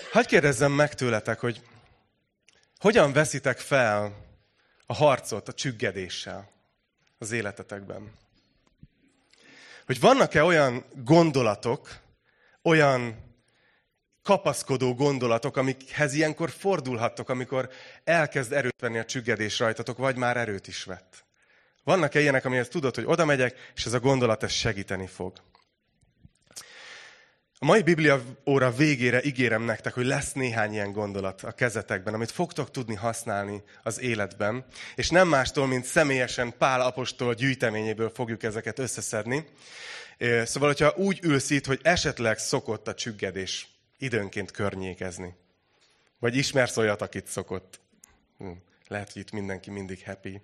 Hadd kérdezzem meg tőletek, hogy hogyan veszitek fel a harcot a csüggedéssel az életetekben? Hogy vannak-e olyan gondolatok, olyan kapaszkodó gondolatok, amikhez ilyenkor fordulhattok, amikor elkezd erőt venni a csüggedés rajtatok, vagy már erőt is vett? Vannak-e ilyenek, amihez tudod, hogy oda megyek, és ez a gondolat ez segíteni fog? A mai Biblia óra végére ígérem nektek, hogy lesz néhány ilyen gondolat a kezetekben, amit fogtok tudni használni az életben, és nem mástól, mint személyesen Pál apostol gyűjteményéből fogjuk ezeket összeszedni. Szóval, hogyha úgy ülsz itt, hogy esetleg szokott a csüggedés időnként környékezni, vagy ismersz olyat, akit szokott. Lehet, hogy itt mindenki mindig happy,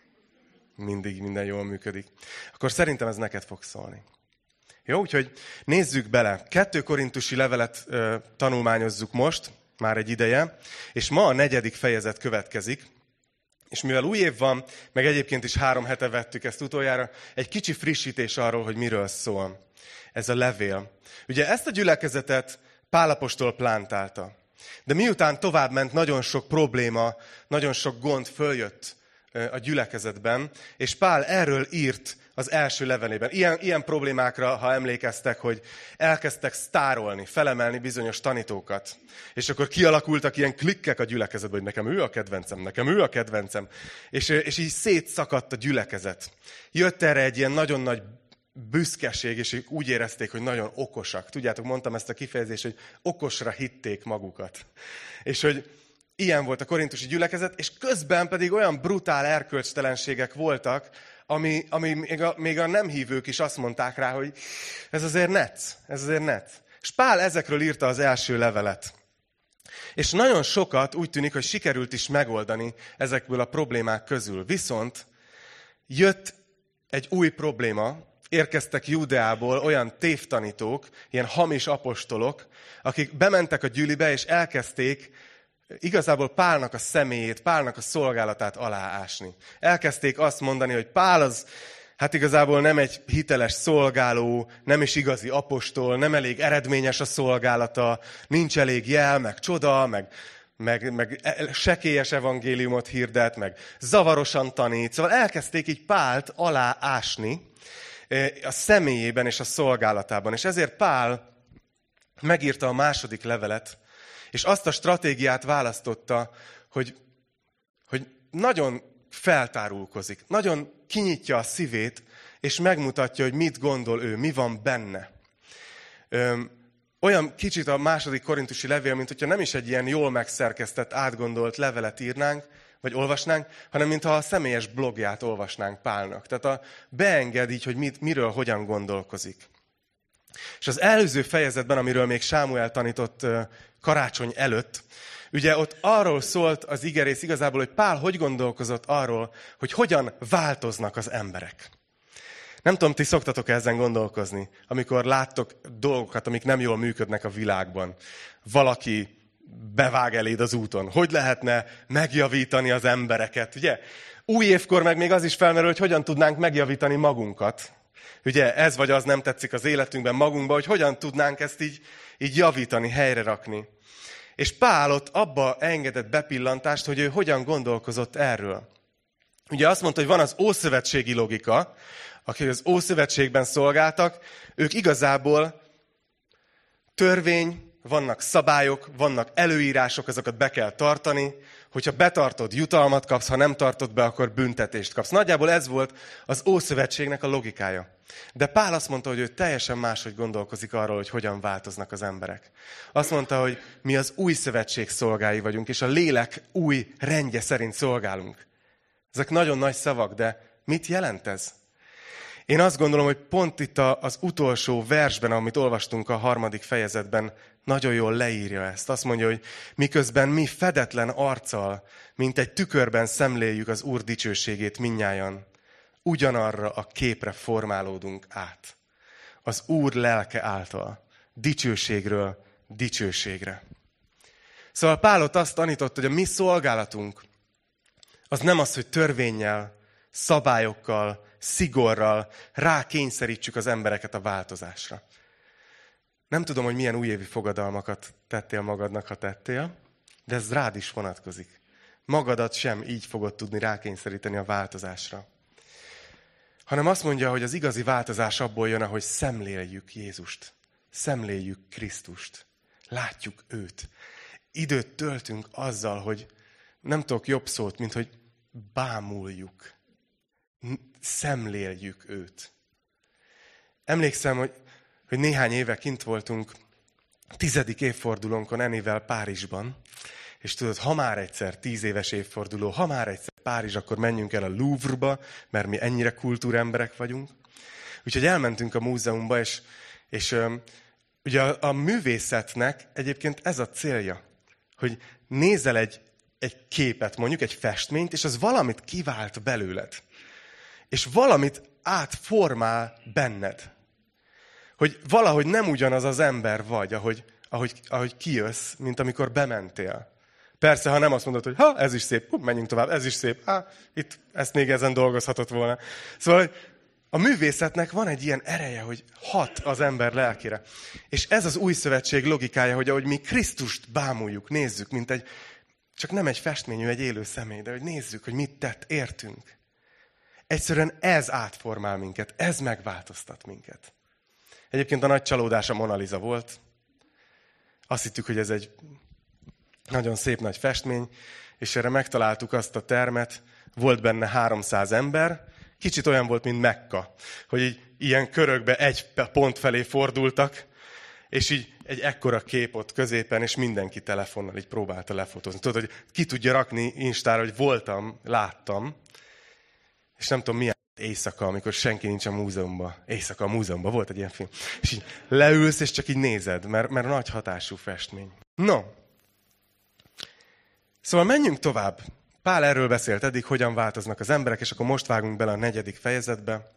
mindig minden jól működik. Akkor szerintem ez neked fog szólni. Jó, úgyhogy nézzük bele. 2 Korintusi levelet tanulmányozzuk most, már egy ideje, és ma a 4. fejezet következik. És mivel új év van, meg egyébként is 3 hete vettük ezt utoljára, egy kicsi frissítés arról, hogy miről szól ez a levél. Ugye ezt a gyülekezetet Pál apostol plántálta. De miután továbbment, nagyon sok probléma, nagyon sok gond följött a gyülekezetben, és Pál erről írt az első levelében. Ilyen problémákra, ha emlékeztek, hogy elkezdtek sztárolni, felemelni bizonyos tanítókat. És akkor kialakultak ilyen klikkek a gyülekezetben, hogy nekem ő a kedvencem, nekem ő a kedvencem. És így szétszakadt a gyülekezet. Jött erre egy ilyen nagyon nagy büszkeség, és úgy érezték, hogy nagyon okosak. Tudjátok, mondtam ezt a kifejezést, hogy okosra hitték magukat. És hogy ilyen volt a korintusi gyülekezet, és közben pedig olyan brutál erkölcstelenségek voltak, ami még a nem hívők is azt mondták rá, hogy ez azért necc. És Pál ezekről írta az első levelet. És nagyon sokat úgy tűnik, hogy sikerült is megoldani ezekből a problémák közül. Viszont jött egy új probléma, érkeztek Judeából olyan tévtanítók, ilyen hamis apostolok, akik bementek a gyülibe, és elkezdték igazából Pálnak a személyét, Pálnak a szolgálatát aláásni. Elkezdték azt mondani, hogy Pál az hát igazából nem egy hiteles szolgáló, nem is igazi apostol, nem elég eredményes a szolgálata, nincs elég jel, meg csoda, meg sekélyes evangéliumot hirdet, meg zavarosan tanít. Szóval elkezdték így Pált aláásni a személyében és a szolgálatában. És ezért Pál megírta a második levelet, és azt a stratégiát választotta, hogy nagyon feltárulkozik, nagyon kinyitja a szívét, és megmutatja, hogy mit gondol ő, mi van benne. Olyan kicsit a második korintusi levél, mint hogyha nem is egy ilyen jól megszerkesztett, átgondolt levelet írnánk, vagy olvasnánk, hanem mintha a személyes blogját olvasnánk Pálnak. Tehát beenged így, hogy miről, hogyan gondolkozik. És az előző fejezetben, amiről még Sámuel tanított karácsony előtt, ugye ott arról szólt az igerész igazából, hogy Pál hogy gondolkozott arról, hogy hogyan változnak az emberek. Nem tudom, ti szoktatok ezen gondolkozni, amikor láttok dolgokat, amik nem jól működnek a világban. Valaki bevág eléd az úton. Hogy lehetne megjavítani az embereket, ugye? Új évkor meg még az is felmerül, hogy hogyan tudnánk megjavítani magunkat. Ugye ez vagy az nem tetszik az életünkben magunkban, hogy hogyan tudnánk ezt így javítani, helyre rakni. És Pál ott abba engedett bepillantást, hogy ő hogyan gondolkozott erről. Ugye azt mondta, hogy van az ószövetségi logika, akik az Ószövetségben szolgáltak, ők igazából törvény, vannak szabályok, vannak előírások, azokat be kell tartani. Hogyha betartod, jutalmat kapsz, ha nem tartod be, akkor büntetést kapsz. Nagyjából ez volt az Ószövetségnek a logikája. De Pál azt mondta, hogy ő teljesen máshogy gondolkozik arról, hogy hogyan változnak az emberek. Azt mondta, hogy mi az új szövetség szolgái vagyunk, és a lélek új rendje szerint szolgálunk. Ezek nagyon nagy szavak, de mit jelent ez? Én azt gondolom, hogy pont itt az utolsó versben, amit olvastunk a 3. fejezetben, nagyon jól leírja ezt. Azt mondja, hogy miközben mi fedetlen arccal, mint egy tükörben szemléljük az Úr dicsőségét mindnyájan, ugyanarra a képre formálódunk át. Az Úr lelke által, dicsőségről dicsőségre. Szóval Pál ott azt tanította, hogy a mi szolgálatunk az nem az, hogy törvénnyel, szabályokkal, szigorral rákényszerítsük az embereket a változásra. Nem tudom, hogy milyen újévi fogadalmakat tettél magadnak, ha tettél, de ez rád is vonatkozik. Magadat sem így fogod tudni rákényszeríteni a változásra. Hanem azt mondja, hogy az igazi változás abból jön, ahogy szemléljük Jézust. Szemléljük Krisztust. Látjuk őt. Időt töltünk azzal, hogy nem tudok jobb szót, mint hogy bámuljuk. Szemléljük őt. Emlékszem, hogy néhány éve kint voltunk 10. évfordulónkon Enivel Párizsban, és tudod, ha már egyszer 10 éves évforduló, ha már egyszer Párizs, akkor menjünk el a Louvre-ba, mert mi ennyire kultúremberek vagyunk. Úgyhogy elmentünk a múzeumba, és ugye a művészetnek egyébként ez a célja, hogy nézel egy képet, mondjuk egy festményt, és az valamit kivált belőled. És valamit átformál benned. Hogy valahogy nem ugyanaz az ember vagy, ahogy kijössz, mint amikor bementél. Persze, ha nem azt mondod, hogy ez is szép, menjünk tovább, ez is szép, itt ezt még ezen dolgozhatott volna. Szóval a művészetnek van egy ilyen ereje, hogy hat az ember lelkére. És ez az új szövetség logikája, hogy ahogy mi Krisztust bámuljuk, nézzük, csak nem egy festményű, egy élő személy, de hogy nézzük, hogy mit tett, értünk. Egyszerűen ez átformál minket, ez megváltoztat minket. Egyébként a nagy csalódás a Mona Lisa volt. Azt hittük, hogy ez egy nagyon szép nagy festmény, és erre megtaláltuk azt a termet, volt benne 300 ember, kicsit olyan volt, mint Mekka, hogy így ilyen körökbe egy pont felé fordultak, és így egy ekkora kép ott középen, és mindenki telefonnal így próbálta lefotózni. Tudod, hogy ki tudja rakni Instára, hogy voltam, láttam, és nem tudom milyen éjszaka, amikor senki nincs a múzeumban. Éjszaka a múzeumban, volt egy ilyen film. És így leülsz, és csak így nézed, mert nagy hatású festmény. No, szóval menjünk tovább. Pál erről beszélt eddig, hogyan változnak az emberek, és akkor most vágunk bele a 4. fejezetbe.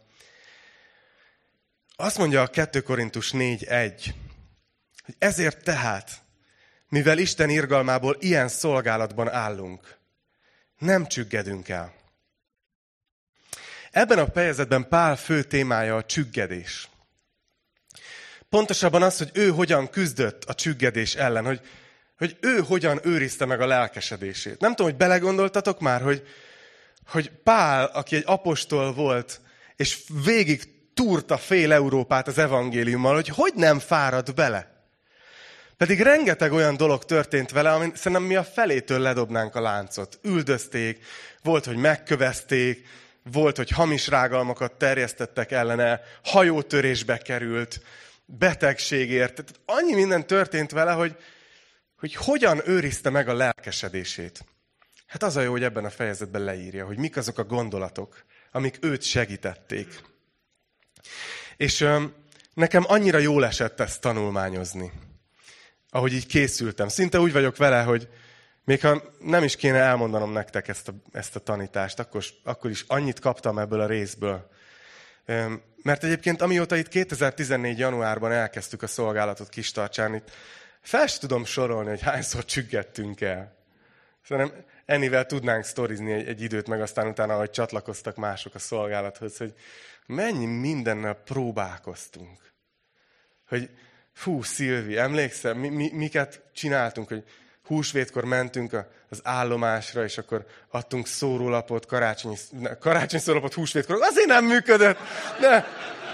Azt mondja a 2 Korintus 4:1, hogy ezért tehát, mivel Isten irgalmából ilyen szolgálatban állunk, nem csüggedünk el. Ebben a fejezetben Pál fő témája a csüggedés. Pontosabban az, hogy ő hogyan küzdött a csüggedés ellen, hogy ő hogyan őrizte meg a lelkesedését. Nem tudom, hogy belegondoltatok már, hogy Pál, aki egy apostol volt, és végig túrta fél Európát az evangéliummal, hogy nem fárad bele. Pedig rengeteg olyan dolog történt vele, amin szerintem mi a felétől ledobnánk a láncot. Üldözték, volt, hogy megkövezték, volt, hogy hamis rágalmakat terjesztettek ellene, hajótörésbe került, betegségért. Tehát annyi minden történt vele, hogy hogyan őrizte meg a lelkesedését. Hát az a jó, hogy ebben a fejezetben leírja, hogy mik azok a gondolatok, amik őt segítették. És nekem annyira jól esett ezt tanulmányozni, ahogy így készültem. Szinte úgy vagyok vele, hogy még ha nem is kéne elmondanom nektek ezt a tanítást, akkor is annyit kaptam ebből a részből. Mert egyébként amióta itt 2014. januárban elkezdtük a szolgálatot Kistarcsán, itt fel sem tudom sorolni, hogy hányszor csüggedtünk el. Szerintem ennivel tudnánk sztorizni egy időt, meg aztán utána, ahogy csatlakoztak mások a szolgálathoz, hogy mennyi mindennel próbálkoztunk. Hogy Szilvi, emlékszel, miket csináltunk, hogy húsvétkor mentünk az állomásra, és akkor adtunk szórólapot, karácsonyi szórólapot húsvétkor. Azért nem működött! De...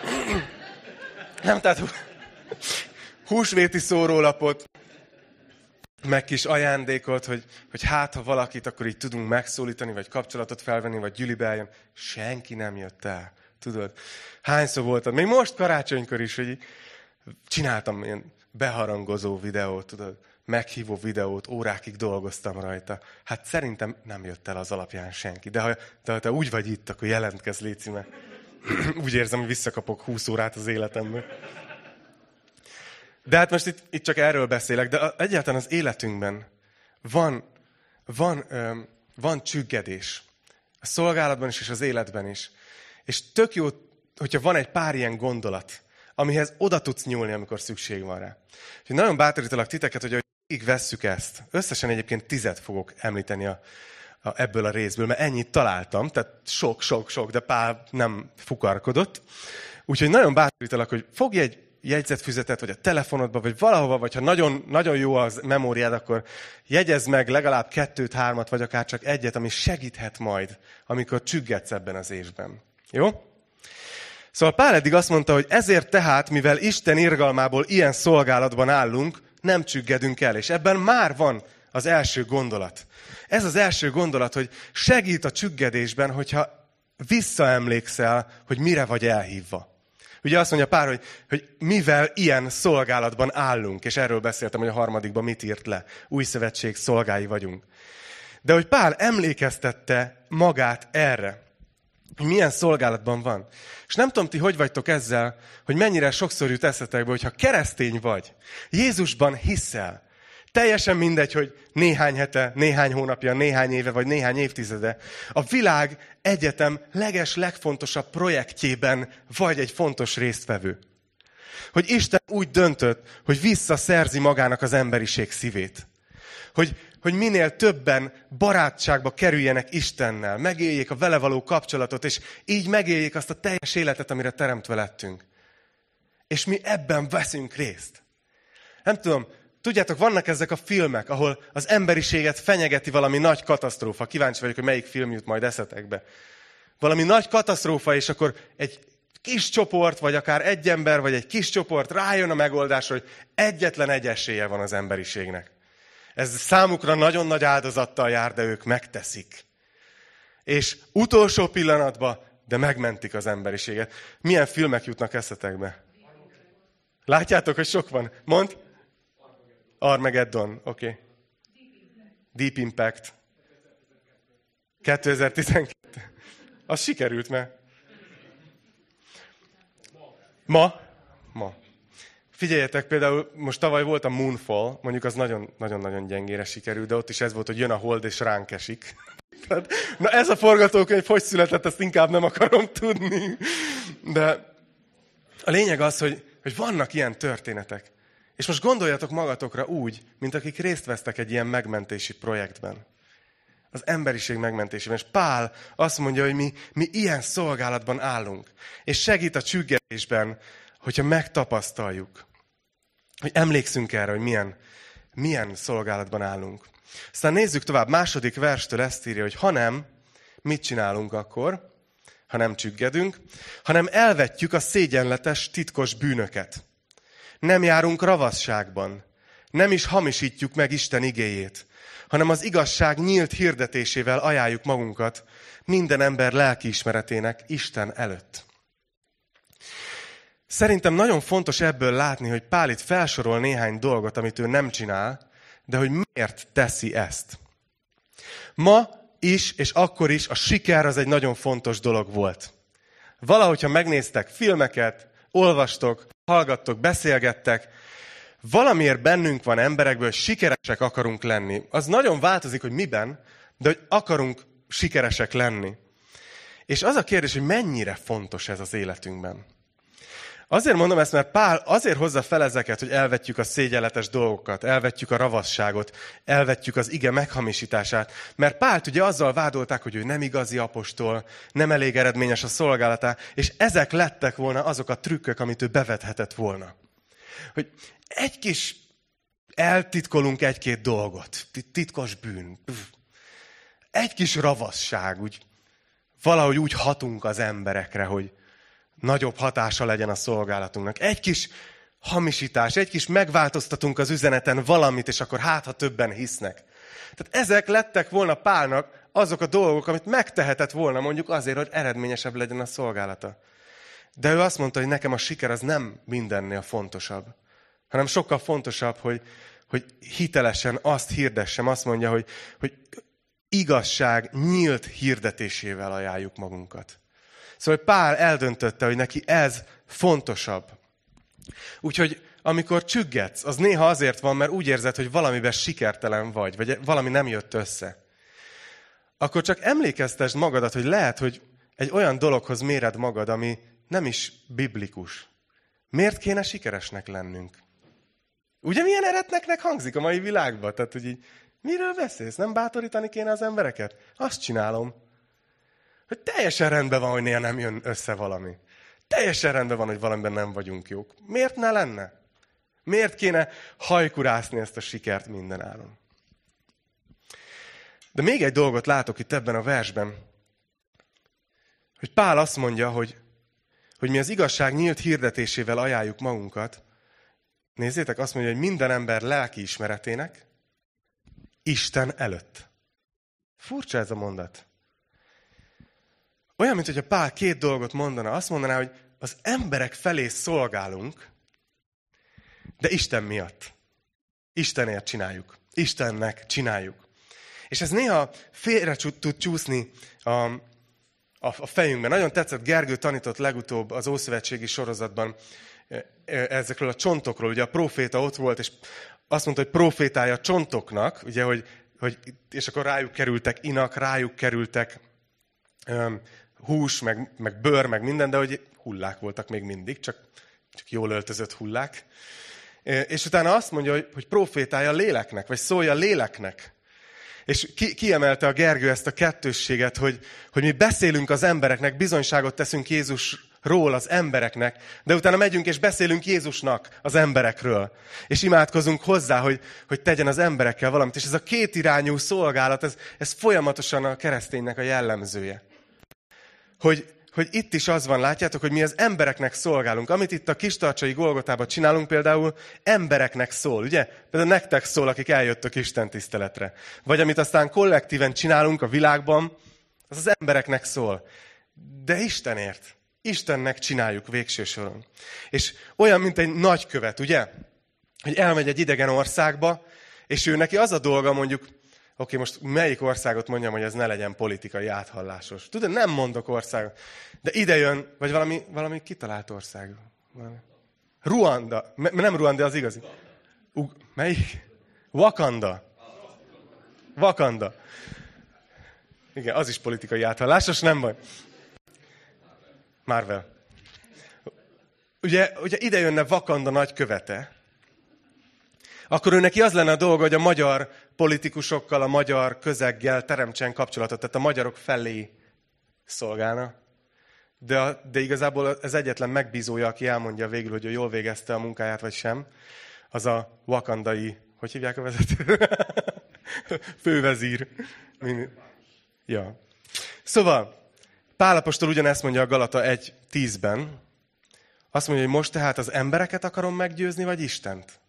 Nem, tehát húsvéti szórólapot, meg kis ajándékot, hogy hát, ha valakit, akkor így tudunk megszólítani, vagy kapcsolatot felvenni, vagy gyülibe eljön. Senki nem jött el. Tudod? Hányszor voltad? Még most karácsonykor is, hogy csináltam ilyen beharangozó videót, tudod? Meghívó videót, órákig dolgoztam rajta. Hát szerintem nem jött el az alapján senki. De ha te úgy vagy itt, akkor jelentkezz, léci, mert úgy érzem, hogy visszakapok 20 órát az életemből. De hát most itt csak erről beszélek, de egyáltalán az életünkben van csüggedés. A szolgálatban is, és az életben is. És tök jó, hogyha van egy pár ilyen gondolat, amihez oda tudsz nyúlni, amikor szükség van rá. Úgyhogy nagyon bátorítalak titeket, hogy így vesszük ezt. Összesen egyébként 10 fogok említeni ebből a részből, mert ennyit találtam, tehát sok, de Pál nem fukarkodott. Úgyhogy nagyon bátorítalak, hogy fogj egy jegyzetfüzetet, vagy a telefonodba, vagy valahova, vagy ha nagyon, nagyon jó az memóriád, akkor jegyezd meg legalább 2-3, vagy akár csak egyet, ami segíthet majd, amikor csüggetsz ebben az évben. Jó? Szóval Pál eddig azt mondta, hogy ezért tehát, mivel Isten irgalmából ilyen szolgálatban állunk, nem csüggedünk el. És ebben már van az első gondolat. Ez az első gondolat, hogy segít a csüggedésben, hogyha visszaemlékszel, hogy mire vagy elhívva. Ugye azt mondja Pál, hogy mivel ilyen szolgálatban állunk, és erről beszéltem, hogy a harmadikban mit írt le. Új szövetség szolgái vagyunk. De hogy Pál emlékeztette magát erre, hogy milyen szolgálatban van. És nem tudom, ti hogy vagytok ezzel, hogy mennyire sokszor jut eszetekbe, hogyha keresztény vagy, Jézusban hiszel, teljesen mindegy, hogy néhány hete, néhány hónapja, néhány éve, vagy néhány évtizede, a világ egyetem legfontosabb projektjében vagy egy fontos résztvevő. Hogy Isten úgy döntött, hogy visszaszerzi magának az emberiség szívét. Hogy minél többen barátságba kerüljenek Istennel, megéljék a vele való kapcsolatot, és így megéljék azt a teljes életet, amire teremtve lettünk. És mi ebben veszünk részt. Nem tudom, tudjátok, vannak ezek a filmek, ahol az emberiséget fenyegeti valami nagy katasztrófa. Kíváncsi vagyok, hogy melyik film jut majd eszetekbe. Valami nagy katasztrófa, és akkor egy kis csoport, vagy akár egy ember, vagy egy kis csoport rájön a megoldásra, hogy egyetlen egy esélye van az emberiségnek. Ez számukra nagyon nagy áldozattal jár, de ők megteszik. És utolsó pillanatban, de megmentik az emberiséget. Milyen filmek jutnak eszetekbe? Látjátok, hogy sok van? Mondd! Armageddon, oké. Okay. Deep Impact. 2012. Az sikerült, mert... Ma. Figyeljetek, például most tavaly volt a Moonfall, mondjuk az nagyon-nagyon gyengére sikerült, de ott is ez volt, hogy jön a hold és ránk esik. Na ez a forgatókönyv hogy született, ezt inkább nem akarom tudni. De a lényeg az, hogy vannak ilyen történetek. És most gondoljatok magatokra úgy, mint akik részt vesztek egy ilyen megmentési projektben. Az emberiség megmentésében. És Pál azt mondja, hogy mi ilyen szolgálatban állunk. És segít a csüggedésben, hogyha megtapasztaljuk. Hogy emlékszünk erre, hogy milyen szolgálatban állunk. Aztán nézzük tovább. Második verstől ezt írja, hogy ha nem, mit csinálunk akkor, ha nem csüggedünk, hanem elvetjük a szégyenletes, titkos bűnöket. Nem járunk ravasságban, nem is hamisítjuk meg Isten igéjét, hanem az igazság nyílt hirdetésével ajánljuk magunkat minden ember lelkiismeretének Isten előtt. Szerintem nagyon fontos ebből látni, hogy Pál itt felsorol néhány dolgot, amit ő nem csinál, de hogy miért teszi ezt. Ma is, és akkor is a siker az egy nagyon fontos dolog volt. Valahogy, ha megnéztek filmeket, olvastok, hallgattok, beszélgettek, valamiért bennünk van emberekből, hogy sikeresek akarunk lenni. Az nagyon változik, hogy miben, de hogy akarunk sikeresek lenni. És az a kérdés, hogy mennyire fontos ez az életünkben. Azért mondom ezt, mert Pál azért hozza fel ezeket, hogy elvetjük a szégyenletes dolgokat, elvetjük a ravasságot, elvetjük az ige meghamisítását. Mert Pált ugye azzal vádolták, hogy ő nem igazi apostol, nem elég eredményes a szolgálatá, és ezek lettek volna azok a trükkök, amit ő bevethetett volna. Hogy egy kis eltitkolunk egy-két dolgot, titkos bűn, egy kis ravasság, valahogy úgy hatunk az emberekre, hogy nagyobb hatása legyen a szolgálatunknak. Egy kis hamisítás, egy kis megváltoztatunk az üzeneten valamit, és akkor ha többen hisznek. Tehát ezek lettek volna Pálnak azok a dolgok, amit megtehetett volna mondjuk azért, hogy eredményesebb legyen a szolgálata. De ő azt mondta, hogy nekem a siker az nem mindennél fontosabb, hanem sokkal fontosabb, hogy hitelesen azt hirdessem, azt mondja, hogy igazság nyílt hirdetésével ajánljuk magunkat. Szóval Pál eldöntötte, hogy neki ez fontosabb. Úgyhogy amikor csüggetsz, az néha azért van, mert úgy érzed, hogy valamiben sikertelen vagy valami nem jött össze. Akkor csak emlékeztesd magadat, hogy lehet, hogy egy olyan dologhoz méred magad, ami nem is biblikus. Miért kéne sikeresnek lennünk? Ugye milyen eretneknek hangzik a mai világban? Tehát, hogy így, miről beszélsz? Nem bátorítani kéne az embereket? Azt csinálom. Hogy teljesen rendben van, hogy néha nem jön össze valami. Teljesen rendben van, hogy valamiben nem vagyunk jók. Miért ne lenne? Miért kéne hajkurászni ezt a sikert mindenáron? De még egy dolgot látok itt ebben a versben, hogy Pál azt mondja, hogy mi az igazság nyílt hirdetésével ajánljuk magunkat. Nézzétek, azt mondja, hogy minden ember lelki ismeretének Isten előtt. Furcsa ez a mondat. Olyan, mint hogyha Pál két dolgot mondana. Azt mondaná, hogy az emberek felé szolgálunk, de Isten miatt. Istenért csináljuk. Istennek csináljuk. És ez néha félre tud csúszni a fejünkben. Nagyon tetszett, Gergő tanított legutóbb az Ószövetségi sorozatban ezekről a csontokról. Ugye a próféta ott volt, és azt mondta, hogy profétálja a csontoknak, ugye, és akkor rájuk kerültek inak, rájuk kerültek hús, meg bőr, meg minden, de hogy hullák voltak még mindig, csak jól öltözött hullák. És utána azt mondja, hogy profétálja a léleknek, vagy szólja a léleknek. És kiemelte a Gergő ezt a kettősséget, hogy mi beszélünk az embereknek, bizonyságot teszünk Jézusról az embereknek, de utána megyünk és beszélünk Jézusnak az emberekről. És imádkozunk hozzá, hogy tegyen az emberekkel valamit. És ez a kétirányú szolgálat, ez folyamatosan a kereszténynek a jellemzője. Hogy itt is az van, látjátok, hogy mi az embereknek szolgálunk. Amit itt a Kistarcsai Golgotában csinálunk, például embereknek szól, ugye? Például nektek szól, akik eljöttök Isten tiszteletre. Vagy amit aztán kollektíven csinálunk a világban, az embereknek szól. De Istenért. Istennek csináljuk végső soron. És olyan, mint egy nagykövet, ugye? Hogy elmegy egy idegen országba, és ő neki az a dolga, mondjuk, oké, most melyik országot mondjam, hogy ez ne legyen politikai áthallásos. Tudod, nem mondok országot. De ide jön, vagy valami kitalált ország. Ruanda. Nem Ruanda, az igazi. Melyik? Wakanda. Igen, az is politikai áthallásos, nem baj. Marvel. Ugye ide jönne Wakanda nagykövete, akkor ő neki az lenne a dolga, hogy a magyar politikusokkal, a magyar közeggel teremtsen kapcsolatot, tehát a magyarok felé szolgálna. De igazából ez egyetlen megbízója, aki elmondja végül, hogy ő jól végezte a munkáját, vagy sem, az a wakandai, hogy hívják a vezető? Fővezír. Ja. Szóval, Pál apostol ugyanezt mondja a Galata 1:10-ben. Azt mondja, hogy most tehát az embereket akarom meggyőzni, vagy Istent?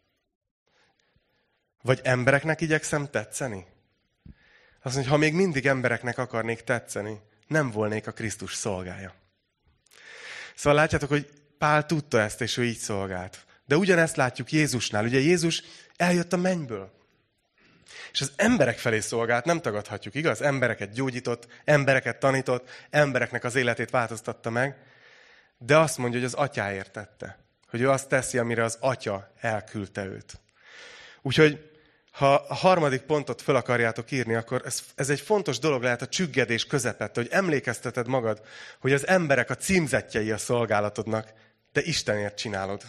Vagy embereknek igyekszem tetszeni? Azt mondja, ha még mindig embereknek akarnék tetszeni, nem volnék a Krisztus szolgája. Szóval látjátok, hogy Pál tudta ezt, és ő így szolgált. De ugyanezt látjuk Jézusnál. Ugye Jézus eljött a mennyből. És az emberek felé szolgált, nem tagadhatjuk, igaz? Embereket gyógyított, embereket tanított, embereknek az életét változtatta meg. De azt mondja, hogy az atyáért tette. Hogy ő azt teszi, amire az atya elküldte őt. Úgyhogy, ha a harmadik pontot föl akarjátok írni, akkor ez egy fontos dolog lehet a csüggedés közepette, hogy emlékezteted magad, hogy az emberek a címzettjei a szolgálatodnak, de Istenért csinálod.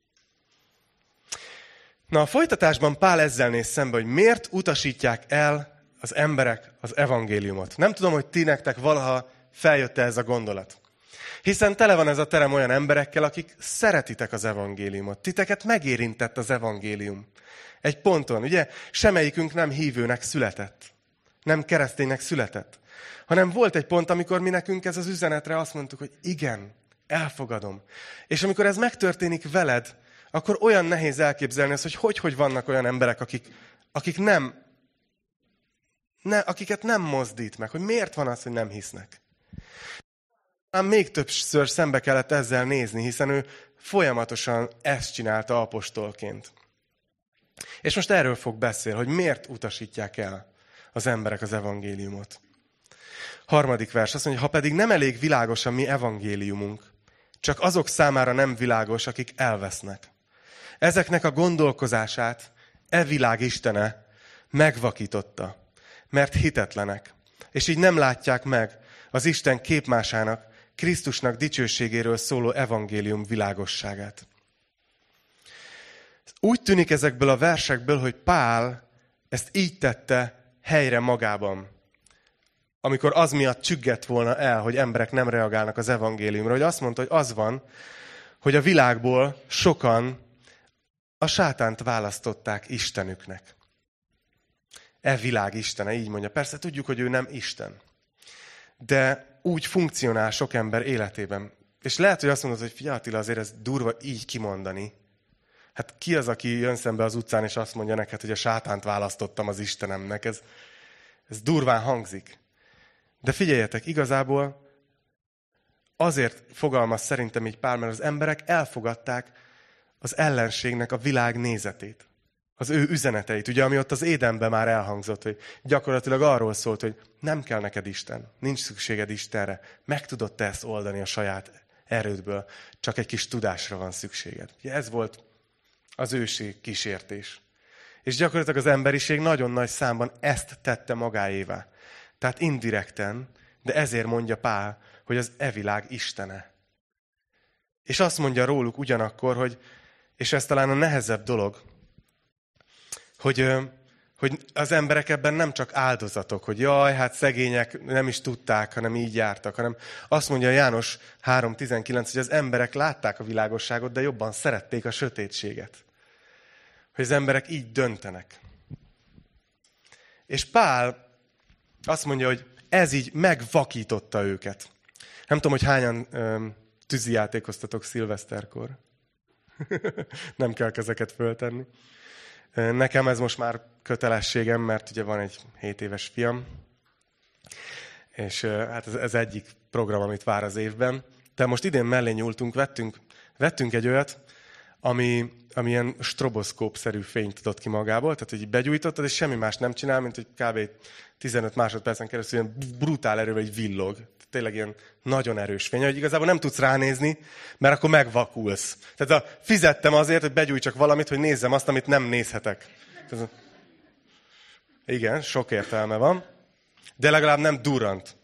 Na, a folytatásban Pál ezzel néz szembe, hogy miért utasítják el az emberek az evangéliumot. Nem tudom, hogy ti nektek valaha feljött ez a gondolat. Hiszen tele van ez a terem olyan emberekkel, akik szeretitek az evangéliumot. Titeket megérintett az evangélium. Egy ponton, ugye? Semmelyikünk nem hívőnek született. Nem kereszténynek született. Hanem volt egy pont, amikor mi nekünk ez az üzenetre azt mondtuk, hogy igen, elfogadom. És amikor ez megtörténik veled, akkor olyan nehéz elképzelni azt, hogy vannak olyan emberek, akiket nem mozdít meg. Hogy miért van az, hogy nem hisznek. Már még többször szembe kellett ezzel nézni, hiszen ő folyamatosan ezt csinálta apostolként. És most erről fog beszélni, hogy miért utasítják el az emberek az evangéliumot. 3. vers azt mondja, ha pedig nem elég világos a mi evangéliumunk, csak azok számára nem világos, akik elvesznek. Ezeknek a gondolkozását világ istene megvakította, mert hitetlenek, és így nem látják meg az Isten képmásának, Krisztusnak dicsőségéről szóló evangélium világosságát. Úgy tűnik ezekből a versekből, hogy Pál ezt így tette helyre magában. amikor az miatt csüggett volna el, hogy emberek nem reagálnak az evangéliumra, hogy azt mondta, hogy az van, hogy a világból sokan a sátánt választották Istenüknek. E világ istene, így mondja. Persze tudjuk, hogy ő nem Isten. De úgy funkcionál sok ember életében. És lehet, hogy azt mondod, hogy figyelj Attila, azért ez durva így kimondani. Hát ki az, aki jön szembe az utcán, és azt mondja neked, hogy a sátánt választottam az Istenemnek? Ez durván hangzik. De figyeljetek, igazából azért fogalmaz szerintem így Pál, mert az emberek elfogadták az ellenségnek a világ nézetét. Az ő üzeneteit, ugye, ami ott az Édenben már elhangzott, hogy gyakorlatilag arról szólt, hogy nem kell neked Isten, nincs szükséged Istenre, meg tudod te ezt oldani a saját erődből, csak egy kis tudásra van szükséged. Ugye ez volt az ősi kísértés. És gyakorlatilag az emberiség nagyon nagy számban ezt tette magáévá. Tehát indirekten, de ezért mondja Pál, hogy az világ istene. És azt mondja róluk ugyanakkor, hogy, és ez talán a nehezebb dolog, hogy az emberek ebben nem csak áldozatok, hogy jaj, hát szegények nem is tudták, hanem így jártak, hanem azt mondja János 3.19, hogy az emberek látták a világosságot, de jobban szerették a sötétséget. Hogy az emberek így döntenek. És Pál azt mondja, hogy ez így megvakította őket. Nem tudom, hogy hányan tűzijátékoztatok szilveszterkor. Nem kell kezeket föltenni. Nekem ez most már kötelességem, mert ugye van egy 7 éves fiam, és hát ez egyik program, amit vár az évben. De most idén mellé nyúltunk, vettünk egy olyat, ami ilyen stroboszkóp-szerű fényt tudott ki magából, tehát hogy így begyújtottad, és semmi más nem csinál, mint hogy kb. 15 másodpercen keresztül ilyen brutál erővel egy villog. Tényleg ilyen nagyon erős fény, hogy igazából nem tudsz ránézni, mert akkor megvakulsz. Tehát fizettem azért, hogy begyújtsak valamit, hogy nézzem azt, amit nem nézhetek. Igen, sok értelme van, de legalább nem durrant.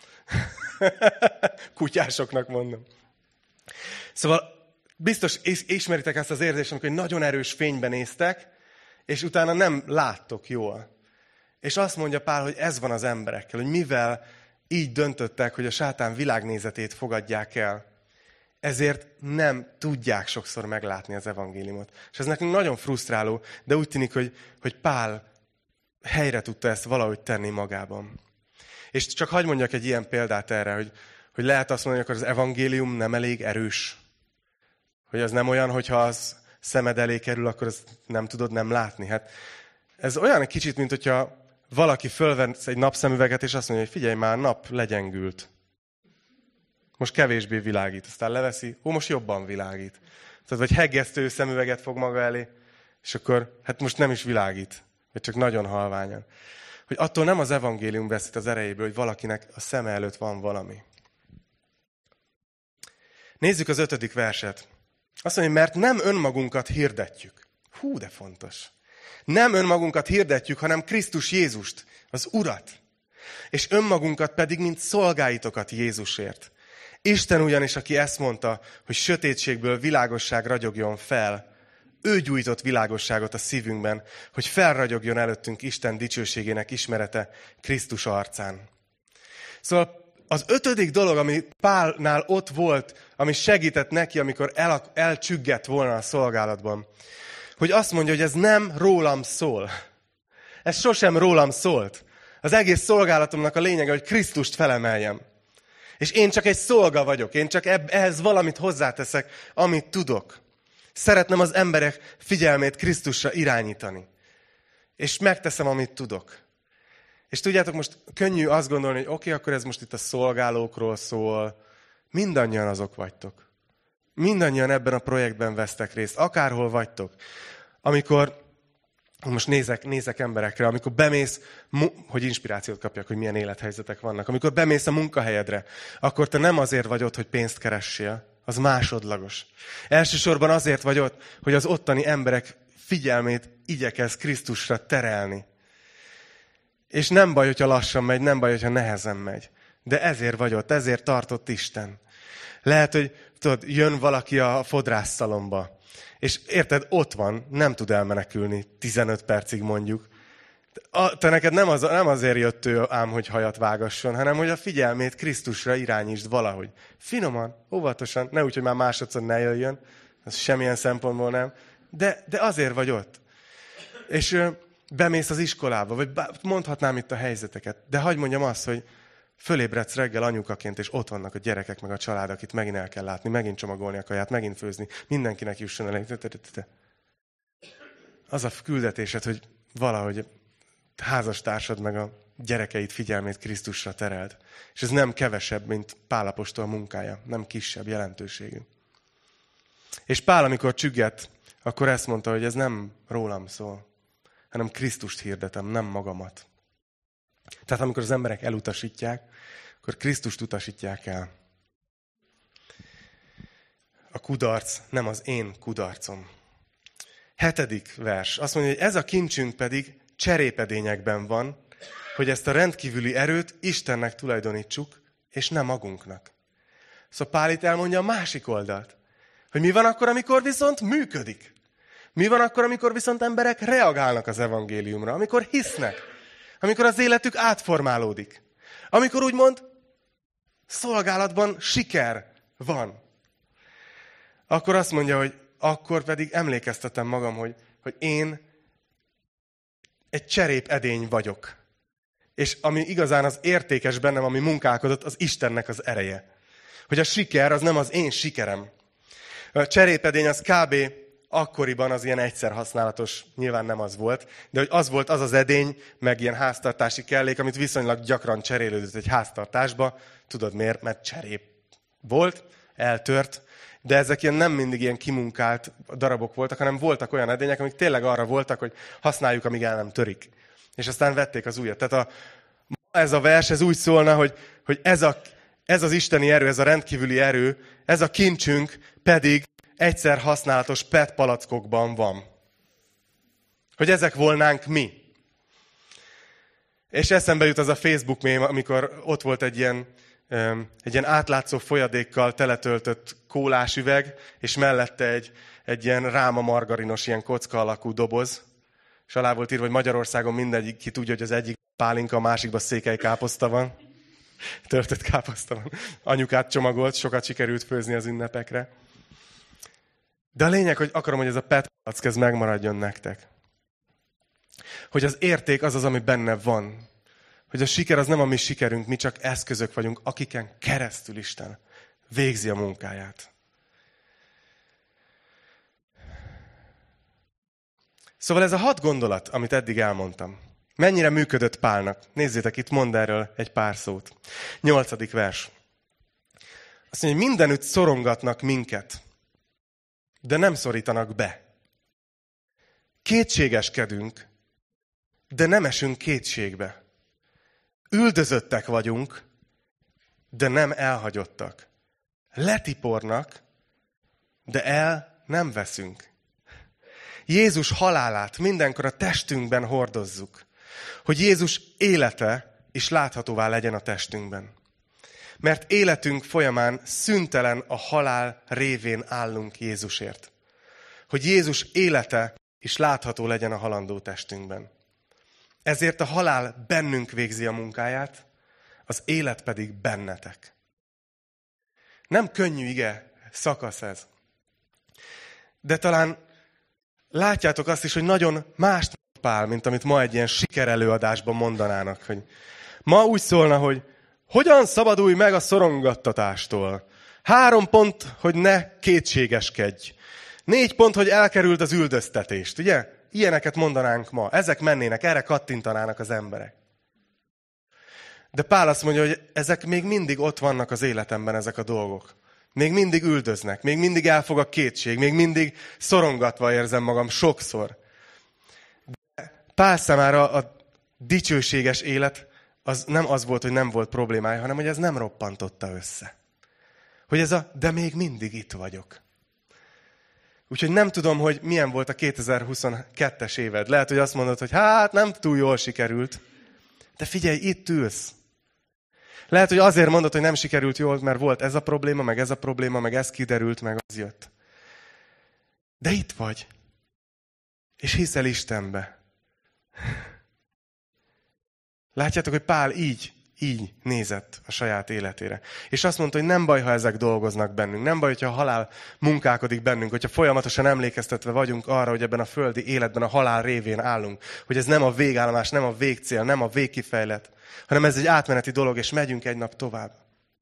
Kutyásoknak mondom. Szóval biztos ismeritek ezt az érzést, amikor egy nagyon erős fényben néztek, és utána nem láttok jól. És azt mondja Pál, hogy ez van az emberekkel, hogy mivel így döntöttek, hogy a sátán világnézetét fogadják el, ezért nem tudják sokszor meglátni az evangéliumot. És ez nekünk nagyon frusztráló, de úgy tűnik, hogy Pál helyre tudta ezt valahogy tenni magában. És csak hadd mondjak egy ilyen példát erre, hogy lehet azt mondani, hogy akkor az evangélium nem elég erős. Hogy az nem olyan, hogyha az szemed elé kerül, akkor azt nem tudod nem látni. Hát ez olyan egy kicsit, mint hogyha valaki fölvesz egy napszemüveget, és azt mondja, hogy figyelj már, nap legyengült. Most kevésbé világít. Aztán leveszi, most jobban világít. Tehát vagy heggesztő szemüveget fog maga elé, és akkor hát most nem is világít. Vagy csak nagyon halványan. Hogy attól nem az evangélium veszít az erejéből, hogy valakinek a szeme előtt van valami. Nézzük az 5. verset. Azt mondja, mert nem önmagunkat hirdetjük. Hú, de fontos. Nem önmagunkat hirdetjük, hanem Krisztus Jézust, az Urat. És önmagunkat pedig, mint szolgáitokat Jézusért. Isten ugyanis, aki ezt mondta, hogy sötétségből világosság ragyogjon fel, ő gyújtott világosságot a szívünkben, hogy felragyogjon előttünk Isten dicsőségének ismerete Krisztus arcán. Szóval az 5. dolog, ami Pálnál ott volt, ami segített neki, amikor elcsüggett volna a szolgálatban, hogy azt mondja, hogy ez nem rólam szól. Ez sosem rólam szólt. Az egész szolgálatomnak a lényege, hogy Krisztust felemeljem. És én csak egy szolga vagyok. Én csak ehhez valamit hozzáteszek, amit tudok. Szeretném az emberek figyelmét Krisztusra irányítani. És megteszem, amit tudok. És tudjátok, most könnyű azt gondolni, hogy oké, akkor ez most itt a szolgálókról szól. Mindannyian azok vagytok. Mindannyian ebben a projektben vesztek részt. Akárhol vagytok. Amikor, most nézek emberekre, amikor bemész, hogy inspirációt kapjak, hogy milyen élethelyzetek vannak. Amikor bemész a munkahelyedre, akkor te nem azért vagy ott, hogy pénzt keressél. Az másodlagos. Elsősorban azért vagy ott, hogy az ottani emberek figyelmét igyekezz Krisztusra terelni. És nem baj, hogyha lassan megy, nem baj, hogyha nehezen megy. De ezért vagy ott, ezért tartott Isten. Lehet, hogy tudod, jön valaki a fodrászszalomba, és érted, ott van, nem tud elmenekülni 15 percig mondjuk. Te neked nem azért jött ő ám, hogy hajat vágasson, hanem hogy a figyelmét Krisztusra irányítsd valahogy. Finoman, óvatosan, ne úgy, hogy már másodszor ne jöjjön, az semmilyen szempontból nem, de azért vagy ott. És bemész az iskolába, vagy mondhatnám itt a helyzeteket, de hadd mondjam azt, hogy fölébredsz reggel anyukaként, és ott vannak a gyerekek, meg a család, akit megint el kell látni, megint csomagolni a kaját, megint főzni, mindenkinek jusson elég. Az a küldetésed, hogy valahogy házastársad meg a gyerekeid figyelmét Krisztusra tereld. És ez nem kevesebb, mint Pál apostol munkája, nem kisebb jelentőségű. És Pál, amikor csüggett, akkor ezt mondta, hogy ez nem rólam szól, hanem Krisztust hirdetem, nem magamat. Tehát amikor az emberek elutasítják, akkor Krisztust utasítják el. A kudarc nem az én kudarcom. 7. vers. Azt mondja, hogy ez a kincsünk pedig cserépedényekben van, hogy ezt a rendkívüli erőt Istennek tulajdonítsuk, és nem magunknak. Szóval Pál itt elmondja a másik oldalt. Hogy mi van akkor, amikor viszont működik? Mi van akkor, amikor viszont emberek reagálnak az evangéliumra? Amikor hisznek? Amikor az életük átformálódik? Amikor úgymond szolgálatban siker van? Akkor azt mondja, hogy akkor pedig emlékeztetem magam, hogy én egy cserépedény vagyok. És ami igazán az értékes bennem, ami munkálkodott, az Istennek az ereje. Hogy a siker az nem az én sikerem. A cserépedény az kb. Akkoriban az ilyen egyszer használatos, nyilván nem az volt, de hogy az volt az az edény, meg ilyen háztartási kellék, amit viszonylag gyakran cserélődött egy háztartásba. Tudod miért? Mert cserép volt, eltört, de ezek ilyen nem mindig ilyen kimunkált darabok voltak, hanem voltak olyan edények, amik tényleg arra voltak, hogy használjuk, amíg el nem törik. És aztán vették az újat. Tehát ez a vers, ez úgy szólna, hogy ez az isteni erő, ez a rendkívüli erő, ez a kincsünk pedig egyszer használatos PET palackokban van. Hogy ezek volnánk mi. És eszembe jut az a Facebook mém, amikor ott volt egy ilyen átlátszó folyadékkal teletöltött kólás üveg, és mellette egy ilyen ráma margarinos, ilyen kocka alakú doboz, és alá volt írva, hogy Magyarországon mindegyik ki tudja, hogy az egyik pálinka, a másikban székely káposzta van. Töltött káposzta van. Anyukát csomagolt, sokat sikerült főzni az ünnepekre. De a lényeg, hogy akarom, hogy ez a PET palack, ez megmaradjon nektek. Hogy az érték az, ami benne van. Hogy a siker az nem a mi sikerünk, mi csak eszközök vagyunk, akiken keresztül Isten végzi a munkáját. Szóval ez a 6 gondolat, amit eddig elmondtam. Mennyire működött Pálnak? Nézzétek, itt mond erről egy pár szót. 8. vers. Azt mondja, hogy mindenütt szorongatnak minket, de nem szorítanak be. Kétségeskedünk, de nem esünk kétségbe. Üldözöttek vagyunk, de nem elhagyottak. Letipornak, de el nem veszünk. Jézus halálát mindenkor a testünkben hordozzuk, hogy Jézus élete is láthatóvá legyen a testünkben. Mert életünk folyamán szüntelen a halál révén állunk Jézusért. Hogy Jézus élete is látható legyen a halandó testünkben. Ezért a halál bennünk végzi a munkáját, az élet pedig bennetek. Nem könnyű ige szakasz ez. De talán látjátok azt is, hogy nagyon más Pál, mint amit ma egy ilyen sikerelőadásban mondanának. Hogy ma úgy szólna, hogy hogyan szabadulj meg a szorongattatástól. 3 pont, hogy ne kétségeskedj. 4 pont, hogy elkerüld az üldöztetést. Ugye? Ilyeneket mondanánk ma. Ezek mennének, erre kattintanának az emberek. De Pál azt mondja, hogy ezek még mindig ott vannak az életemben, ezek a dolgok. Még mindig üldöznek, még mindig elfog a kétség, még mindig szorongatva érzem magam sokszor. De Pál számára a dicsőséges élet az nem az volt, hogy nem volt problémája, hanem hogy ez nem roppantotta össze. Hogy de még mindig itt vagyok. Úgyhogy nem tudom, hogy milyen volt a 2022-es éved. Lehet, hogy azt mondod, hogy hát nem túl jól sikerült. De figyelj, itt ülsz. Lehet, hogy azért mondod, hogy nem sikerült jól, mert volt ez a probléma, meg ez a probléma, meg ez kiderült, meg az jött. De itt vagy. És hiszel Istenbe. Látjátok, hogy Pál így nézett a saját életére. És azt mondta, hogy nem baj, ha ezek dolgoznak bennünk. Nem baj, hogyha a halál munkálkodik bennünk, hogyha folyamatosan emlékeztetve vagyunk arra, hogy ebben a földi életben a halál révén állunk. Hogy ez nem a végállomás, nem a végcél, nem a végkifejlet, hanem ez egy átmeneti dolog, és megyünk egy nap tovább.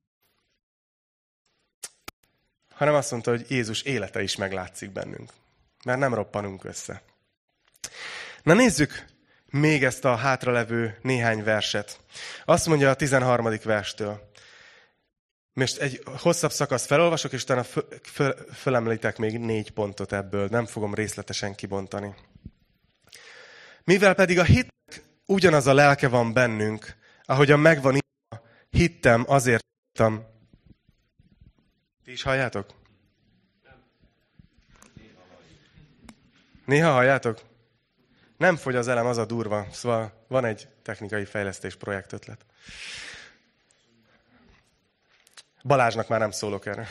Hanem azt mondta, hogy Jézus élete is meglátszik bennünk. Mert nem roppanunk össze. Na nézzük még ezt a hátralevő néhány verset. Azt mondja a 13. verstől. Most egy hosszabb szakaszt felolvasok, és utána fölemlítek még 4 pontot ebből. Nem fogom részletesen kibontani. Mivel pedig a hitnek ugyanaz a lelke van bennünk, ahogyan megvan írva, hittem, azért hittem. Ti is halljátok? Néha halljátok? Nem fogy az elem, az a durva. Szóval van egy technikai fejlesztés projektötlet. Balázsnak már nem szólok erre.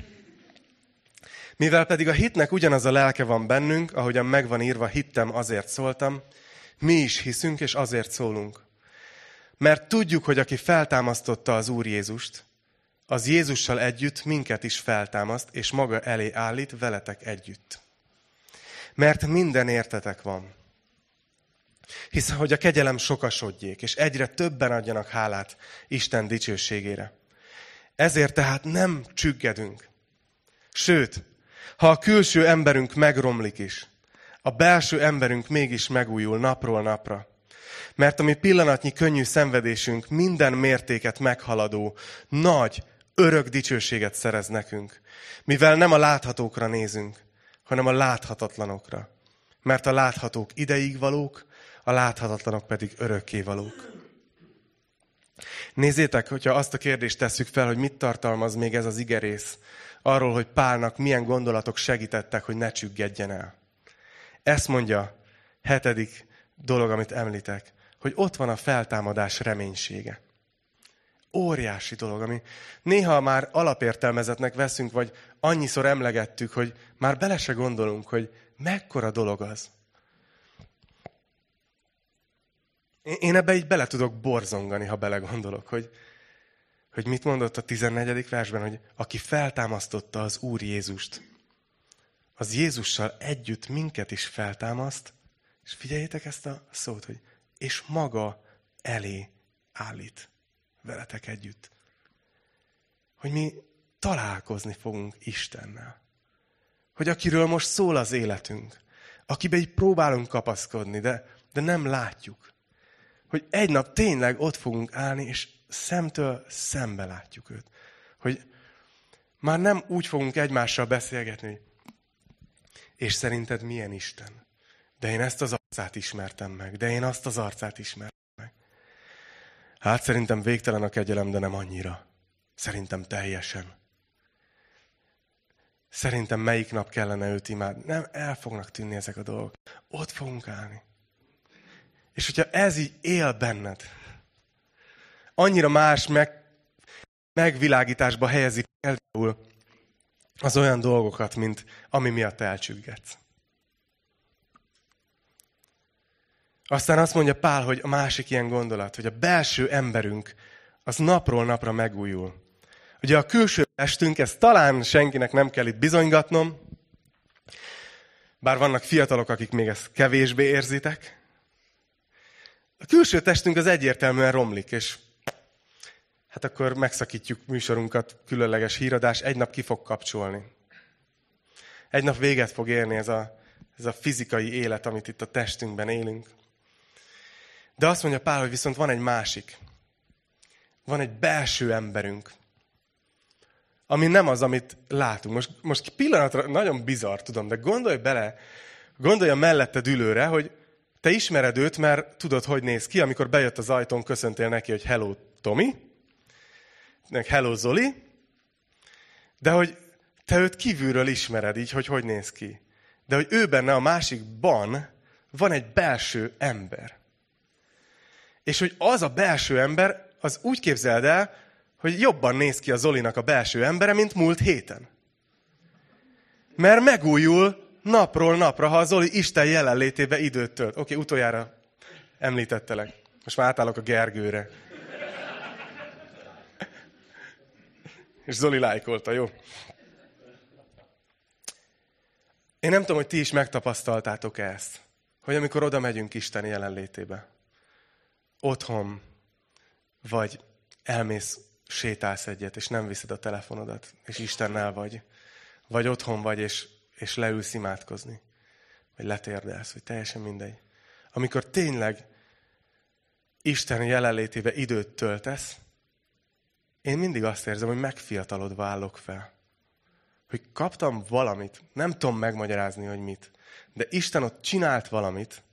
Mivel pedig a hitnek ugyanaz a lelke van bennünk, ahogyan megvan írva, hittem, azért szóltam, mi is hiszünk, és azért szólunk. Mert tudjuk, hogy aki feltámasztotta az Úr Jézust, az Jézussal együtt minket is feltámaszt, és maga elé állít veletek együtt. Mert minden értetek van. Hisz, hogy a kegyelem sokasodjék, és egyre többen adjanak hálát Isten dicsőségére. Ezért tehát nem csüggedünk. Sőt, ha a külső emberünk megromlik is, a belső emberünk mégis megújul napról napra. Mert a mi pillanatnyi könnyű szenvedésünk minden mértéket meghaladó, nagy, örök dicsőséget szerez nekünk. Mivel nem a láthatókra nézünk, hanem a láthatatlanokra. Mert a láthatók ideig valók, a láthatatlanok pedig örökké valók. Nézzétek, hogyha azt a kérdést tesszük fel, hogy mit tartalmaz még ez az igerész, arról, hogy Pálnak milyen gondolatok segítettek, hogy ne csüggedjen el. Ezt mondja 7. dolog, amit említek, hogy ott van a feltámadás reménysége. Óriási dolog, ami néha már alapértelmezetnek veszünk, vagy annyiszor emlegettük, hogy már bele se gondolunk, hogy mekkora dolog az. Én ebbe így bele tudok borzongani, ha belegondolok, hogy mit mondott a 14. versben, hogy aki feltámasztotta az Úr Jézust, az Jézussal együtt minket is feltámaszt, és figyeljétek ezt a szót, hogy és maga elé állít veletek együtt. Hogy mi találkozni fogunk Istennel. Hogy akiről most szól az életünk, akibe így próbálunk kapaszkodni, de nem látjuk. Hogy egy nap tényleg ott fogunk állni, és szemtől szembe látjuk őt. Hogy már nem úgy fogunk egymással beszélgetni, hogy és szerinted milyen Isten? De én ezt az arcát ismertem meg, de én azt az arcát ismertem meg. Hát szerintem végtelen a kegyelem, de nem annyira. Szerintem teljesen. Szerintem melyik nap kellene őt imádni. Nem, el fognak tűnni ezek a dolgok. Ott fogunk állni. És hogyha ez így él benned, annyira más megvilágításba helyezi például az olyan dolgokat, mint ami miatt elcsüggetsz. Aztán azt mondja Pál, hogy a másik ilyen gondolat, hogy a belső emberünk az napról napra megújul. Ugye a külső testünk, ezt talán senkinek nem kell itt bizonygatnom, bár vannak fiatalok, akik még ezt kevésbé érzitek. A külső testünk az egyértelműen romlik, és hát akkor megszakítjuk műsorunkat, különleges híradás, egy nap ki fog kapcsolni. Egy nap véget fog érni ez a fizikai élet, amit itt a testünkben élünk. De azt mondja Pál, hogy viszont van egy másik. Van egy belső emberünk, ami nem az, amit látunk. Most pillanatra nagyon bizarr, tudom, de gondolj bele, gondolj a melletted ülőre, hogy te ismered őt, mert tudod, hogy néz ki, amikor bejött az ajtón, köszöntél neki, hogy hello Tomi, hello Zoli, de hogy te őt kívülről ismered így, hogy néz ki. De hogy ő benne a másikban van egy belső ember. És hogy az a belső ember, az úgy képzeld el, hogy jobban néz ki a Zolinak a belső embere, mint múlt héten. Mert megújul napról napra, ha a Zoli Isten jelenlétébe időt tölt. Oké, utoljára említettelek. Most már átállok a Gergőre. És Zoli lájkolta, jó? Én nem tudom, hogy ti is megtapasztaltátok ezt, hogy amikor oda megyünk Isten jelenlétébe, otthon, vagy elmész, sétálsz egyet, és nem viszed a telefonodat, és Istennel vagy otthon vagy, és leülsz imádkozni, vagy letérdelsz, vagy teljesen mindegy. Amikor tényleg Isten jelenlétébe időt töltesz, én mindig azt érzem, hogy megfiatalodva állok fel. Hogy kaptam valamit, nem tudom megmagyarázni, hogy mit, de Isten ott csinált valamit,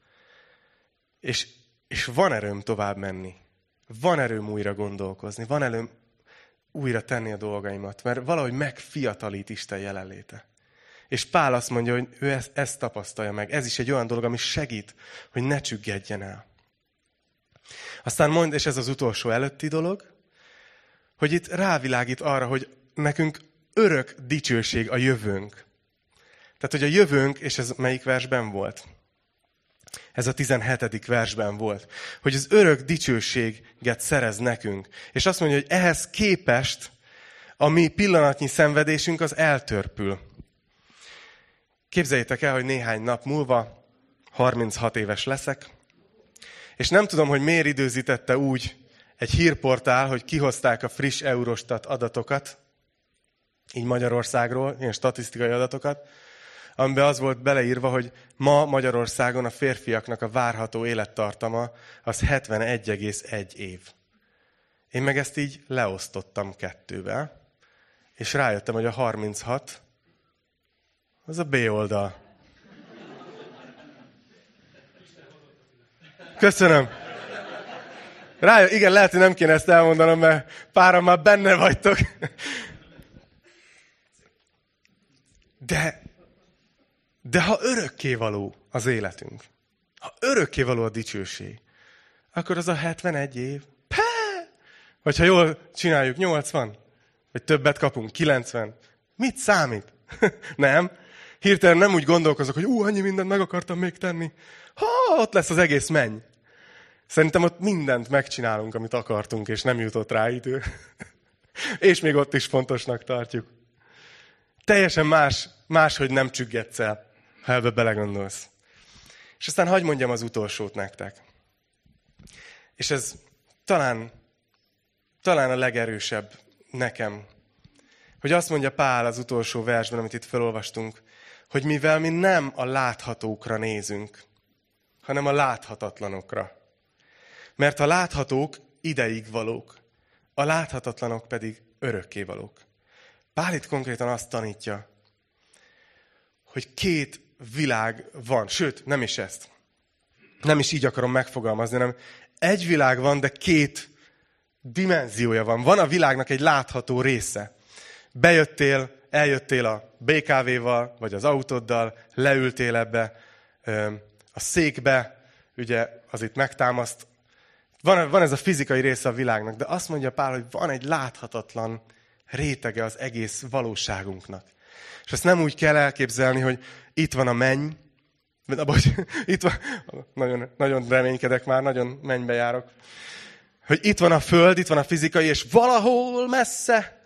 és van erőm tovább menni. Van erőm újra gondolkozni, van erőm újra tenni a dolgaimat, mert valahogy megfiatalít Isten jelenléte. És Pál azt mondja, hogy ő ezt tapasztalja meg. Ez is egy olyan dolog, ami segít, hogy ne csüggedjen el. Aztán mond, és ez az utolsó előtti dolog, hogy itt rávilágít arra, hogy nekünk örök dicsőség a jövőnk. Tehát, hogy a jövőnk, és ez melyik versben volt? Ez a 17. versben volt. Hogy az örök dicsőséget szerez nekünk. És azt mondja, hogy ehhez képest a mi pillanatnyi szenvedésünk az eltörpül. Képzeljétek el, hogy néhány nap múlva 36 éves leszek, és nem tudom, hogy miért időzítette úgy egy hírportál, hogy kihozták a friss Eurostat adatokat, így Magyarországról, ilyen statisztikai adatokat, amiben az volt beleírva, hogy ma Magyarországon a férfiaknak a várható élettartama az 71,1 év. Én meg ezt így leosztottam 2-vel, és rájöttem, hogy a 36 az a B oldal. Köszönöm. Igen, lehet, hogy nem kéne ezt elmondanom, mert páran már benne vagytok. De ha örökkévaló az életünk, ha örökkévaló a dicsőség, akkor az a 71 év. Vagy ha jól csináljuk, 80, vagy többet kapunk, 90. Mit számít? Nem. Hirtelen nem úgy gondolkozok, hogy annyi mindent meg akartam még tenni. Ott lesz az egész menny. Szerintem ott mindent megcsinálunk, amit akartunk, és nem jutott rá idő. És még ott is fontosnak tartjuk. Teljesen más, hogy nem csüggedsz el, ha ebbe belegondolsz. És aztán hadd mondjam az utolsót nektek. És ez talán a legerősebb nekem. Hogy azt mondja Pál az utolsó versben, amit itt felolvastunk, hogy mivel mi nem a láthatókra nézünk, hanem a láthatatlanokra. Mert a láthatók ideig valók, a láthatatlanok pedig örökkévalók. Pál itt konkrétan azt tanítja, hogy 2 világ van, sőt, nem is ezt. Nem is így akarom megfogalmazni, hanem egy világ van, de 2 dimenziója van. Van a világnak egy látható része. Eljöttél a BKV-val, vagy az autóddal, leültél ebbe a székbe, ugye az itt megtámaszt. Van ez a fizikai része a világnak, de azt mondja Pál, hogy van egy láthatatlan rétege az egész valóságunknak. És ezt nem úgy kell elképzelni, hogy itt van a menny, itt van, nagyon reménykedek már, nagyon mennybe járok, hogy itt van a föld, itt van a fizikai, és valahol messze,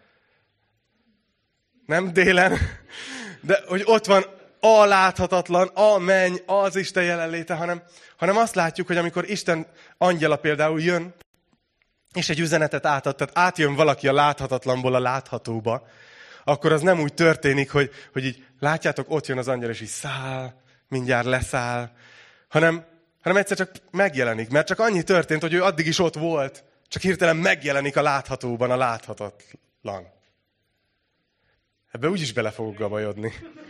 nem délen, de hogy ott van a láthatatlan, a menny, az Isten jelenléte, hanem azt látjuk, hogy amikor Isten angyala például jön, és egy üzenetet átad, tehát átjön valaki a láthatatlanból a láthatóba, akkor az nem úgy történik, hogy így látjátok, ott jön az angyal, és így száll, mindjárt leszáll, hanem egyszer csak megjelenik, mert csak annyi történt, hogy ő addig is ott volt, csak hirtelen megjelenik a láthatóban a láthatatlan. Ebbe úgyis bele fogok gabajodni.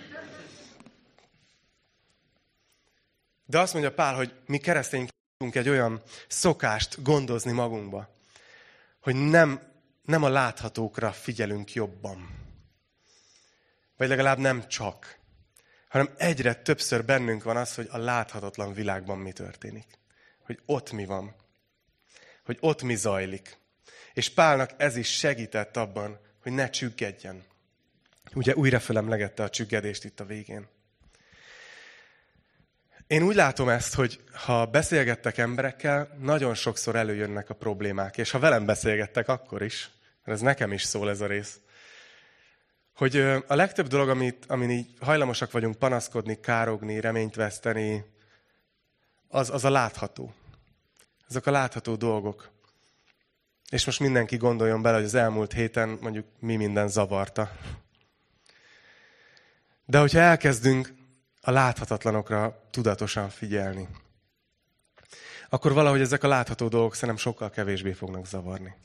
De azt mondja Pál, hogy mi keresztények tudunk egy olyan szokást gondozni magunkba, hogy nem a láthatókra figyelünk jobban. Vagy legalább nem csak, hanem egyre többször bennünk van az, hogy a láthatatlan világban mi történik. Hogy ott mi van. Hogy ott mi zajlik. És Pálnak ez is segített abban, hogy ne csüggedjen. Ugye újra felemlegette a csüggedést itt a végén. Én úgy látom ezt, hogy ha beszélgettek emberekkel, nagyon sokszor előjönnek a problémák. És ha velem beszélgettek, akkor is. Mert ez nekem is szól ez a rész. Hogy a legtöbb dolog, amin így hajlamosak vagyunk panaszkodni, károgni, reményt veszteni, az a látható. Ezek a látható dolgok. És most mindenki gondoljon bele, hogy az elmúlt héten mondjuk mi minden zavarta. De hogyha elkezdünk a láthatatlanokra tudatosan figyelni, akkor valahogy ezek a látható dolgok szerintem sokkal kevésbé fognak zavarni.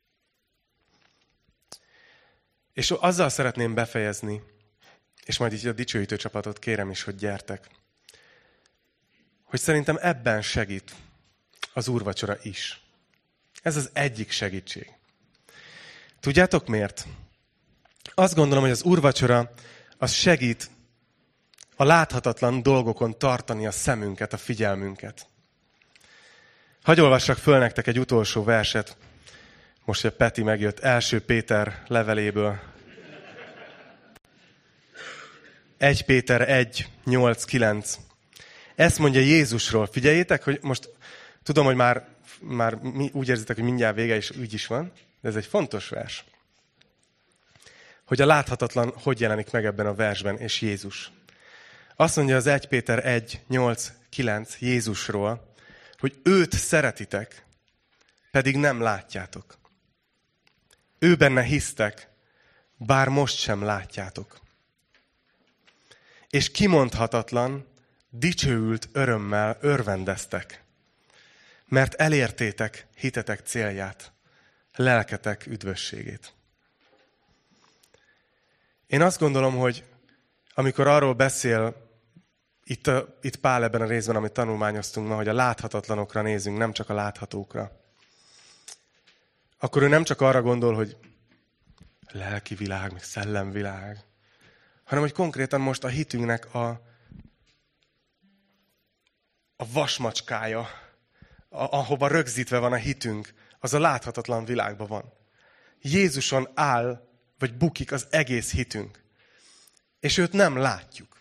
És azzal szeretném befejezni, és majd így a dicsőítő csapatot kérem is, hogy gyertek, hogy szerintem ebben segít az úrvacsora is. Ez az egyik segítség. Tudjátok miért? Azt gondolom, hogy az úrvacsora az segít a láthatatlan dolgokon tartani a szemünket, a figyelmünket. Hadd olvassak föl nektek egy utolsó verset, most, hogy a Peti megjött, 1 Péter leveléből. 1 Péter 1, 8, 9. Ezt mondja Jézusról. Figyeljétek, hogy most tudom, hogy már úgy érzitek, hogy mindjárt vége, és úgy is van, de ez egy fontos vers. Hogy a láthatatlan hogy jelenik meg ebben a versben, és Jézus. Azt mondja az 1 Péter 1, 8, 9 Jézusról, hogy őt szeretitek, pedig nem látjátok. Ő benne hisztek, bár most sem látjátok. És kimondhatatlan, dicsőült örömmel örvendeztek, mert elértétek hitetek célját, lelketek üdvösségét. Én azt gondolom, hogy amikor arról beszél, itt Pál ebben a részben, amit tanulmányoztunk ma, hogy a láthatatlanokra nézünk, nem csak a láthatókra, akkor ő nem csak arra gondol, hogy lelki világ, meg szellemvilág, hanem hogy konkrétan most a hitünknek a vasmacskája, ahova rögzítve van a hitünk, az a láthatatlan világban van. Jézuson áll, vagy bukik az egész hitünk. És őt nem látjuk.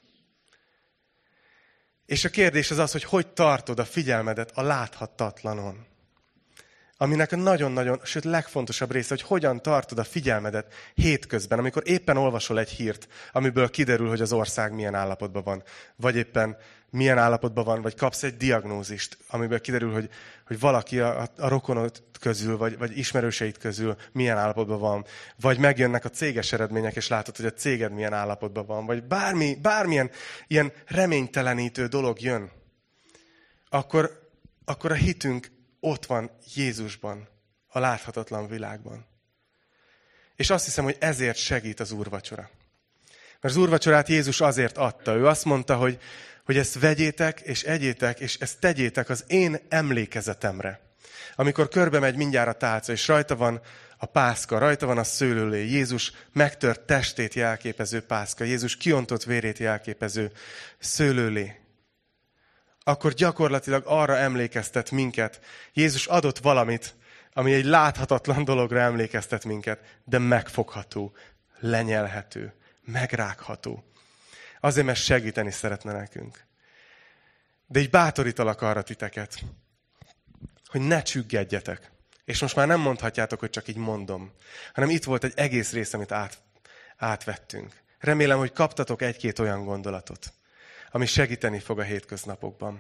És a kérdés az az, hogy tartod a figyelmedet a láthatatlanon. Aminek a nagyon-nagyon, sőt legfontosabb része, hogy hogyan tartod a figyelmedet hétközben, amikor éppen olvasol egy hírt, amiből kiderül, hogy az ország milyen állapotban van. Vagy éppen milyen állapotban van, vagy kapsz egy diagnózist, amiből kiderül, hogy valaki a rokonod közül, vagy ismerőseid közül milyen állapotban van. Vagy megjönnek a céges eredmények, és látod, hogy a céged milyen állapotban van. Vagy bármilyen ilyen reménytelenítő dolog jön. Akkor a hitünk ott van Jézusban, a láthatatlan világban. És azt hiszem, hogy ezért segít az úrvacsora. Mert az úrvacsorát Jézus azért adta. Ő azt mondta, hogy ezt vegyétek, és egyétek, és ezt tegyétek az én emlékezetemre. Amikor körbe megy mindjárt a tálca, és rajta van a pászka, rajta van a szőlőlé, Jézus megtört testét jelképező pászka, Jézus kiontott vérét jelképező szőlőlé, akkor gyakorlatilag arra emlékeztet minket. Jézus adott valamit, ami egy láthatatlan dologra emlékeztet minket, de megfogható, lenyelhető, megrágható. Azért, mert segíteni szeretne nekünk. De így bátorítalak arra titeket, hogy ne csüggedjetek. És most már nem mondhatjátok, hogy csak így mondom, hanem itt volt egy egész rész, amit átvettünk. Remélem, hogy kaptatok egy-két olyan gondolatot, ami segíteni fog a hétköznapokban.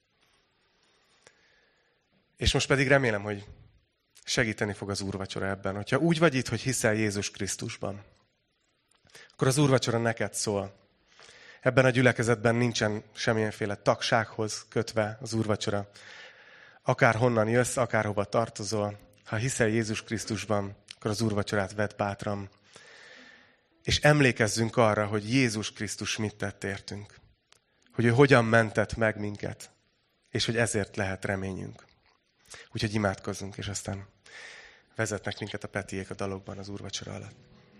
És most pedig remélem, hogy segíteni fog az úrvacsora ebben. Hogyha úgy vagy itt, hogy hiszel Jézus Krisztusban, akkor az úrvacsora neked szól. Ebben a gyülekezetben nincsen semmilyenféle tagsághoz kötve az úrvacsora. Akár honnan jössz, akárhova tartozol, ha hiszel Jézus Krisztusban, akkor az úrvacsorát vedd bátran. És emlékezzünk arra, hogy Jézus Krisztus mit tett értünk. Hogy ő hogyan mentett meg minket, és hogy ezért lehet reményünk. Úgyhogy imádkozzunk, és aztán vezetnek minket a Petiék a dalokban az úrvacsora alatt.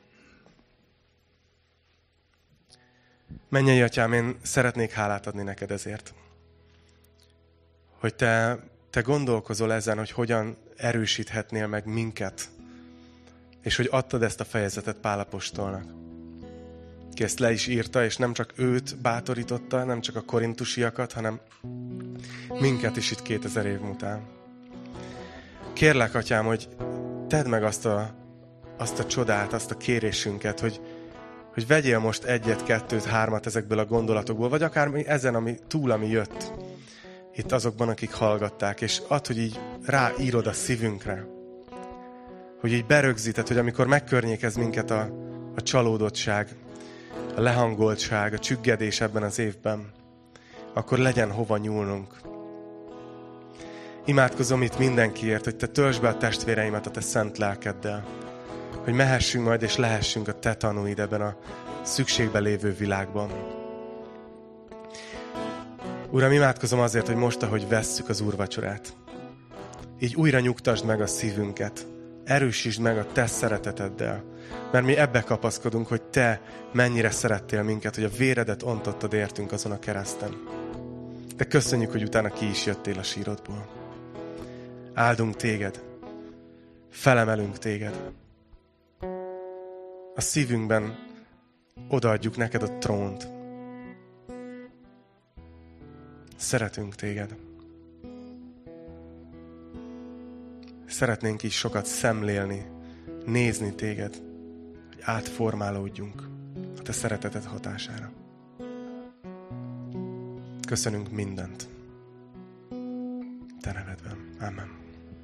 Mennyei Atyám, én szeretnék hálát adni neked ezért. Hogy te gondolkozol ezen, hogy hogyan erősíthetnél meg minket, és hogy adtad ezt a fejezetet Pál apostolnak. ki ezt le is írta, és nem csak őt bátorította, nem csak a korintusiakat, hanem minket is itt 2000 év után. Kérlek, Atyám, hogy tedd meg azt a csodát, azt a kérésünket, hogy vegyél most egyet, kettőt, hármat ezekből a gondolatokból, vagy akár ezen, ami jött itt azokban, akik hallgatták, és add, hogy így ráírod a szívünkre, hogy így berögzíted, hogy amikor megkörnyékez minket a csalódottság, a lehangoltság, a csüggedés ebben az évben, akkor legyen hova nyúlnunk. Imádkozom itt mindenkiért, hogy te töltsd be a testvéreimet a te szent lelkeddel, hogy mehessünk majd és lehessünk a te tanúid ebben a szükségbe lévő világban. Uram, imádkozom azért, hogy most, ahogy vesszük az úrvacsorát, így újra nyugtasd meg a szívünket, erősítsd meg a te szereteteddel, mert mi ebbe kapaszkodunk, hogy te mennyire szerettél minket, hogy a véredet ontottad értünk azon a kereszten. De köszönjük, hogy utána ki is jöttél a sírodból. Áldunk téged, felemelünk téged. A szívünkben odaadjuk neked a trónt. Szeretünk téged. Szeretnénk is sokat szemlélni, nézni téged, hogy átformálódjunk a te szereteted hatására. Köszönünk mindent. Te nevedben. Amen.